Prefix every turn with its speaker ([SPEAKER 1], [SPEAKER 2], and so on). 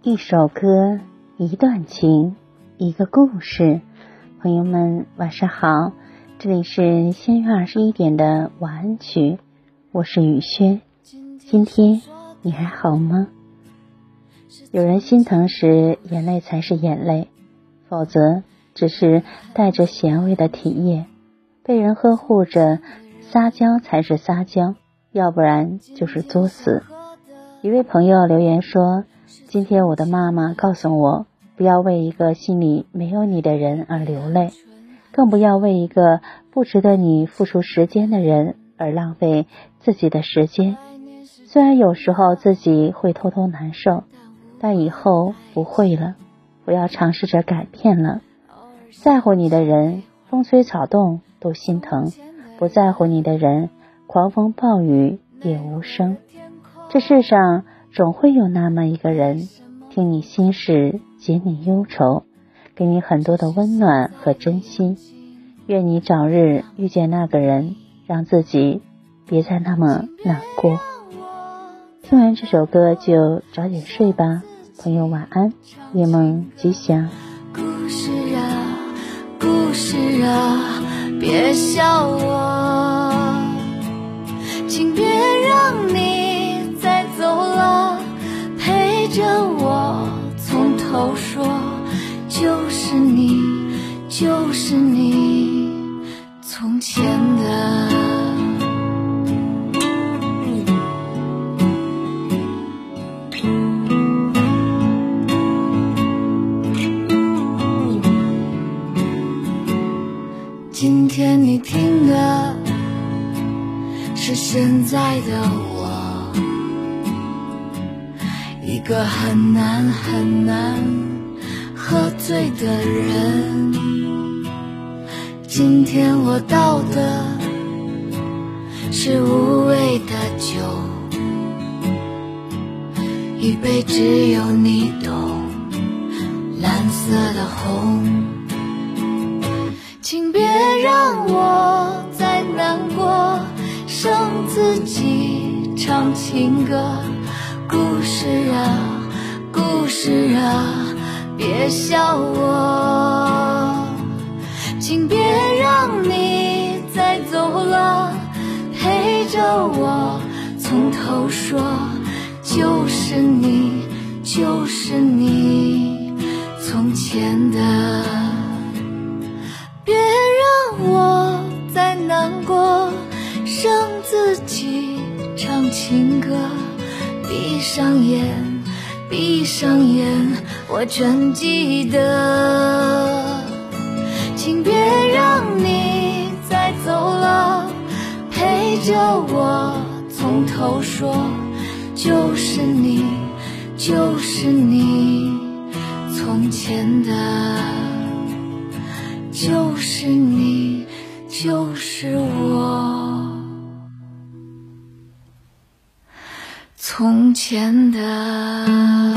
[SPEAKER 1] 一首歌，一段情，一个故事。朋友们晚上好，这里是先约21点的晚安曲，我是雨轩。今天你还好吗？有人心疼时，眼泪才是眼泪，否则只是带着咸味的体液。被人呵护着，撒娇才是撒娇，要不然就是作死。一位朋友留言说，今天我的妈妈告诉我，不要为一个心里没有你的人而流泪，更不要为一个不值得你付出时间的人而浪费自己的时间。虽然有时候自己会偷偷难受，但以后不会了，不要尝试着改变了。在乎你的人，风吹草动都心疼，不在乎你的人，狂风暴雨也无声。这世上总会有那么一个人，听你心事，解你忧愁，给你很多的温暖和真心。愿你早日遇见那个人，让自己别再那么难过。听完这首歌就早点睡吧，朋友晚安，夜梦吉祥。
[SPEAKER 2] 故事啊，故事啊，别笑我，请别让你再走了，陪着我从头说，就是你，就是你，从前的。今天你听的是现在的我，一个很难很难喝醉的人。今天我倒的是无味的酒，一杯只有你懂，蓝色的红。请别让我再难过，剩自己唱情歌。故事啊，故事啊，别笑我，请别让你再走了，陪着我从头说，就是你，就是你，从前的。别让我再难过，剩自己唱情歌。闭上眼，闭上眼，我全记得。请别让你再走了，陪着我从头说，就是你，就是你，从前的。就是你，就是我，从前的。